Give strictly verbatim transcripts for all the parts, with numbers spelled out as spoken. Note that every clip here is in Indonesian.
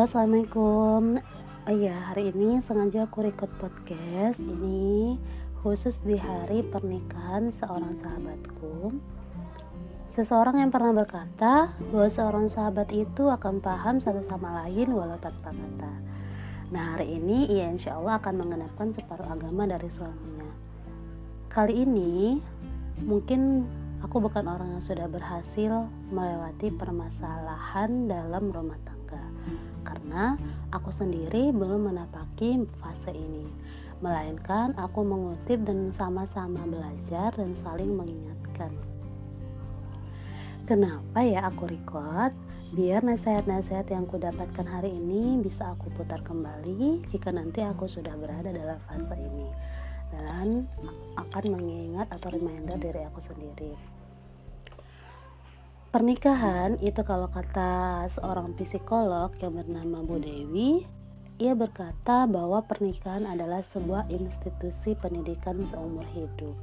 Halo, assalamualaikum. Oh iya, hari ini sengaja aku record podcast ini khusus di hari pernikahan seorang sahabatku. Seseorang yang pernah berkata bahwa seorang sahabat itu akan paham satu sama lain walau tanpa kata. Nah, hari ini ia insya Allah akan mengenapkan separuh agama dari suaminya. Kali ini mungkin aku bukan orang yang sudah berhasil melewati permasalahan dalam rumah tangga, karena aku sendiri belum menapaki fase ini, melainkan aku mengutip dan sama-sama belajar dan saling mengingatkan. Kenapa ya aku record? Biar nasihat-nasihat yang aku dapatkan hari ini bisa aku putar kembali jika nanti aku sudah berada dalam fase ini, dan akan mengingat atau reminder diri aku sendiri. Pernikahan itu, kalau kata seorang psikolog yang bernama Bu Dewi, ia berkata bahwa pernikahan adalah sebuah institusi pendidikan seumur hidup.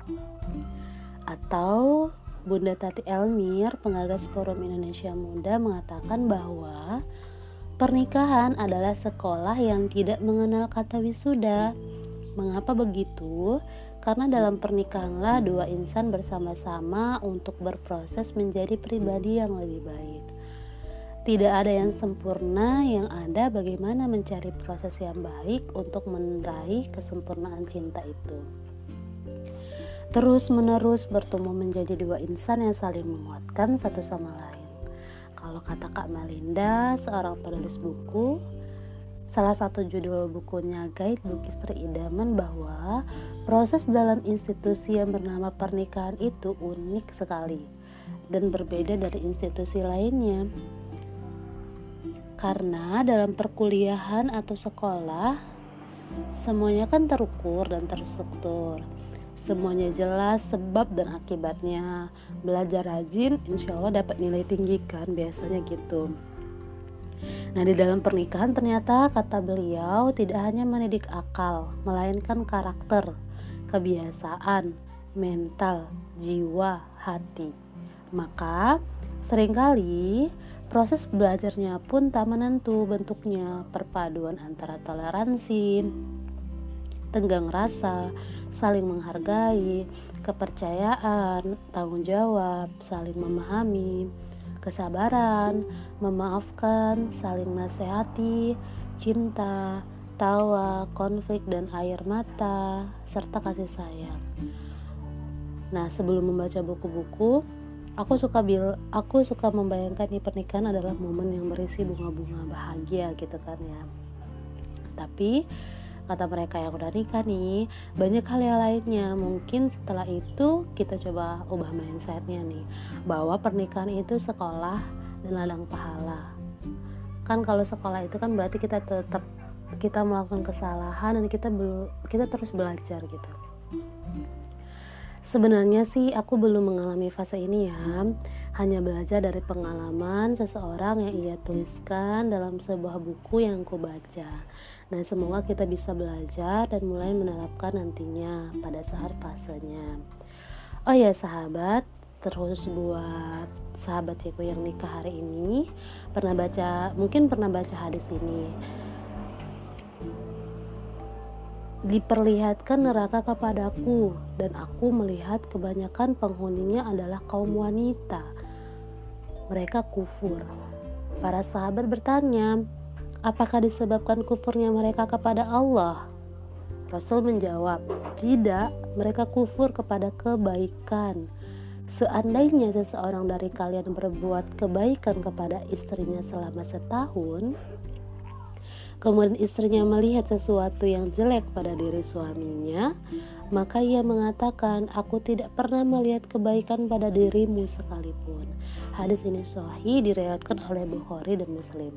Atau Bunda Tati Elmir, penggagas Forum Indonesia Muda, mengatakan bahwa pernikahan adalah sekolah yang tidak mengenal kata wisuda. Mengapa begitu? Karena dalam pernikahanlah dua insan bersama-sama untuk berproses menjadi pribadi yang lebih baik. Tidak ada yang sempurna, yang ada bagaimana mencari proses yang baik untuk meraih kesempurnaan cinta itu. Terus menerus bertumbuh menjadi dua insan yang saling menguatkan satu sama lain. Kalau kata Kak Melinda, seorang penulis buku, salah satu judul bukunya Guidebook Istri Idaman, bahwa proses dalam institusi yang bernama pernikahan itu unik sekali dan berbeda dari institusi lainnya. Karena dalam perkuliahan atau sekolah, semuanya kan terukur dan terstruktur. Semuanya jelas sebab dan akibatnya. Belajar rajin, insya Allah dapat nilai tinggi kan, biasanya gitu. Nah, di dalam pernikahan ternyata, kata beliau, tidak hanya mendidik akal, melainkan karakter, kebiasaan, mental, jiwa, hati. Maka seringkali proses belajarnya pun tak menentu bentuknya, perpaduan antara toleransi, tenggang rasa, saling menghargai, kepercayaan, tanggung jawab, saling memahami, kesabaran, memaafkan, saling nasihati, cinta, tawa, konflik dan air mata, serta kasih sayang. Nah, sebelum membaca buku-buku, aku suka bil, aku suka membayangkan di pernikahan adalah momen yang berisi bunga-bunga bahagia gitu kan ya. Tapi kata mereka yang udah nikah nih, banyak hal yang lainnya. Mungkin setelah itu kita coba ubah mindsetnya nih, bahwa pernikahan itu sekolah dan ladang pahala. Kan kalau sekolah itu kan berarti kita tetap kita melakukan kesalahan dan kita belum kita terus belajar gitu. Sebenarnya sih aku belum mengalami fase ini ya, hanya belajar dari pengalaman seseorang yang ia tuliskan dalam sebuah buku yang aku baca. Nah, semoga kita bisa belajar dan mulai menerapkan nantinya pada saat fasenya. Oh ya sahabat, terus buat sahabat aku yang nikah hari ini, pernah baca, mungkin pernah baca hadis ini. Diperlihatkan neraka kepadaku, dan aku melihat kebanyakan penghuninya adalah kaum wanita. Mereka kufur. Para sahabat bertanya, apakah disebabkan kufurnya mereka kepada Allah? Rasul menjawab, tidak, mereka kufur kepada kebaikan. Seandainya seseorang dari kalian berbuat kebaikan kepada istrinya selama setahun, kemudian istrinya melihat sesuatu yang jelek pada diri suaminya, maka ia mengatakan, aku tidak pernah melihat kebaikan pada dirimu sekalipun. Hadis ini sahih, diriwayatkan oleh Bukhari dan Muslim.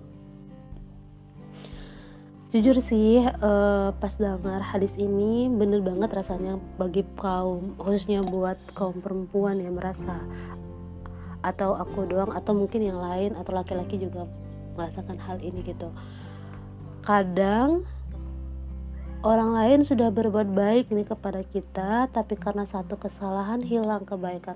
Jujur sih, eh, pas dengar hadis ini bener banget rasanya bagi kaum, khususnya buat kaum perempuan yang merasa, atau aku doang atau mungkin yang lain atau laki-laki juga merasakan hal ini gitu. Kadang orang lain sudah berbuat baik nih kepada kita, tapi karena satu kesalahan hilang kebaikan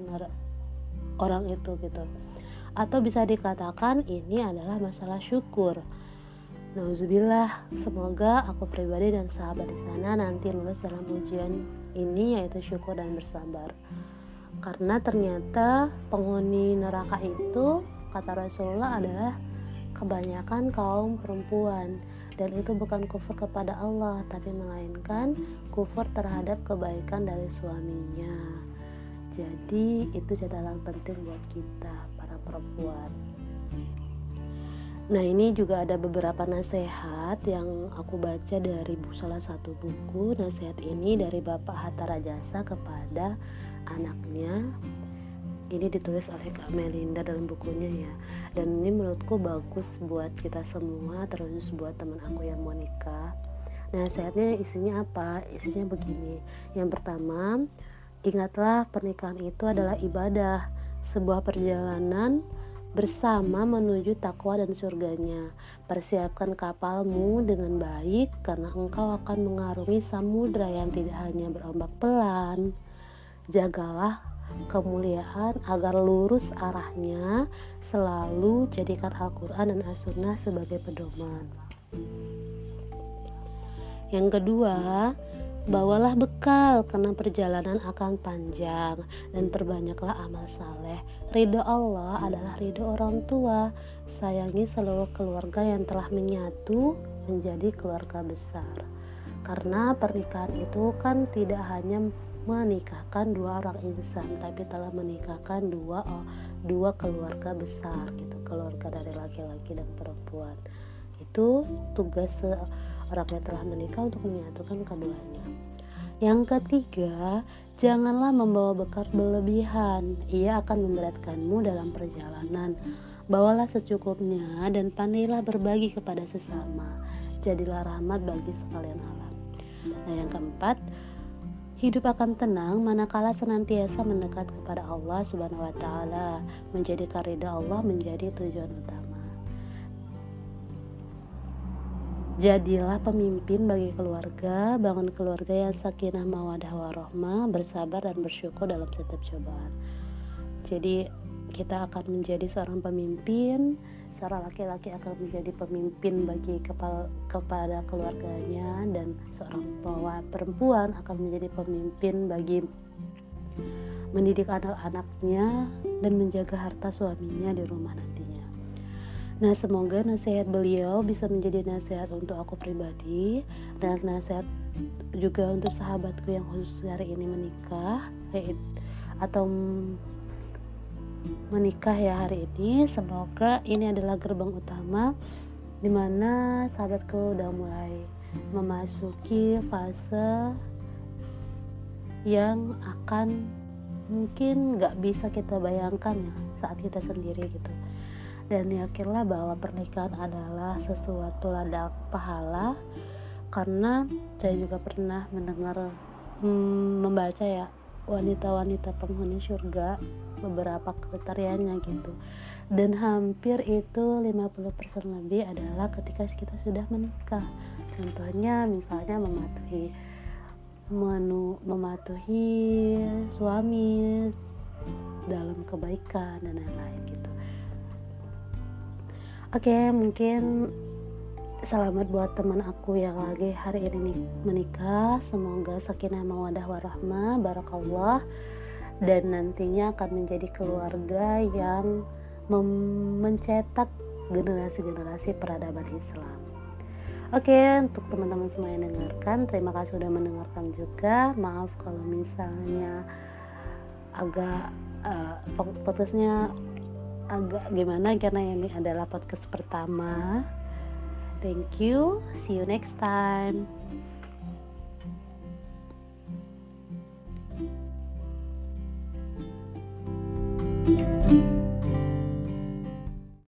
orang itu gitu. Atau bisa dikatakan ini adalah masalah syukur. Nauzubillah, semoga aku pribadi dan sahabat di sana nanti lulus dalam ujian ini, yaitu syukur dan bersabar. Karena ternyata penghuni neraka itu, kata Rasulullah, adalah kebanyakan kaum perempuan, dan itu bukan kufur kepada Allah, tapi melainkan kufur terhadap kebaikan dari suaminya. Jadi itu catatan penting buat kita para perempuan. Nah, ini juga ada beberapa nasihat yang aku baca dari salah satu buku. Nasihat ini dari Bapak Hatta Rajasa kepada anaknya. Ini ditulis oleh Kak Melinda dalam bukunya ya. Dan ini menurutku bagus buat kita semua, terus buat teman aku yang mau nikah. Nasihatnya isinya apa? Isinya begini. Yang pertama, ingatlah pernikahan itu adalah ibadah, sebuah perjalanan bersama menuju takwa dan surganya. Persiapkan kapalmu dengan baik, karena engkau akan mengarungi samudra yang tidak hanya berombak pelan. Jagalah kemuliaan agar lurus arahnya, selalu jadikan Al-Quran dan As-Sunnah sebagai pedoman. Yang kedua, bawalah bekal karena perjalanan akan panjang, dan perbanyaklah amal saleh. Ridho Allah adalah ridho orang tua. Sayangi seluruh keluarga yang telah menyatu menjadi keluarga besar. Karena pernikahan itu kan tidak hanya menikahkan dua orang insan, tapi telah menikahkan dua dua keluarga besar gitu, keluarga dari laki-laki dan perempuan. Itu tugas seorang yang telah menikah untuk menyatukan keduanya. Yang ketiga, janganlah membawa bekal berlebihan, ia akan memberatkanmu dalam perjalanan. Bawalah secukupnya dan pandailah berbagi kepada sesama. Jadilah rahmat bagi sekalian alam. Nah, yang keempat, hidup akan tenang manakala senantiasa mendekat kepada Allah Subhanahu wa taala. Menjadikan ridha Allah menjadi tujuan utama. Jadilah pemimpin bagi keluarga, bangun keluarga yang sakinah mawadah warahmah, bersabar dan bersyukur dalam setiap cobaan. Jadi kita akan menjadi seorang pemimpin, seorang laki-laki akan menjadi pemimpin bagi kepala, kepada keluarganya, dan seorang perempuan akan menjadi pemimpin bagi mendidik anak-anaknya dan menjaga harta suaminya di rumah nantinya. Nah, semoga nasihat beliau bisa menjadi nasihat untuk aku pribadi dan nasihat juga untuk sahabatku yang khusus hari ini menikah eh, atau menikah ya hari ini. Semoga ini adalah gerbang utama di mana sahabatku udah mulai memasuki fase yang akan mungkin gak bisa kita bayangkan ya saat kita sendiri gitu. Dan yakinlah bahwa pernikahan adalah sesuatu ladang pahala, karena saya juga pernah mendengar hmm, membaca ya wanita-wanita penghuni surga, beberapa kriterianya gitu, dan hampir itu lima puluh persen lebih adalah ketika kita sudah menikah. Contohnya misalnya mematuhi menu, mematuhi suami dalam kebaikan dan lain-lain gitu. Oke, mungkin selamat buat teman aku yang lagi hari ini menikah. Semoga sakinah mawadah warahmah, barakallah, dan nantinya akan menjadi keluarga yang mem- mencetak generasi-generasi peradaban Islam. Oke, untuk teman-teman semua yang dengarkan, terima kasih sudah mendengarkan juga. Maaf kalau misalnya agak uh, podcastnya agak gimana, karena ini adalah podcast pertama. Thank you, see you next time.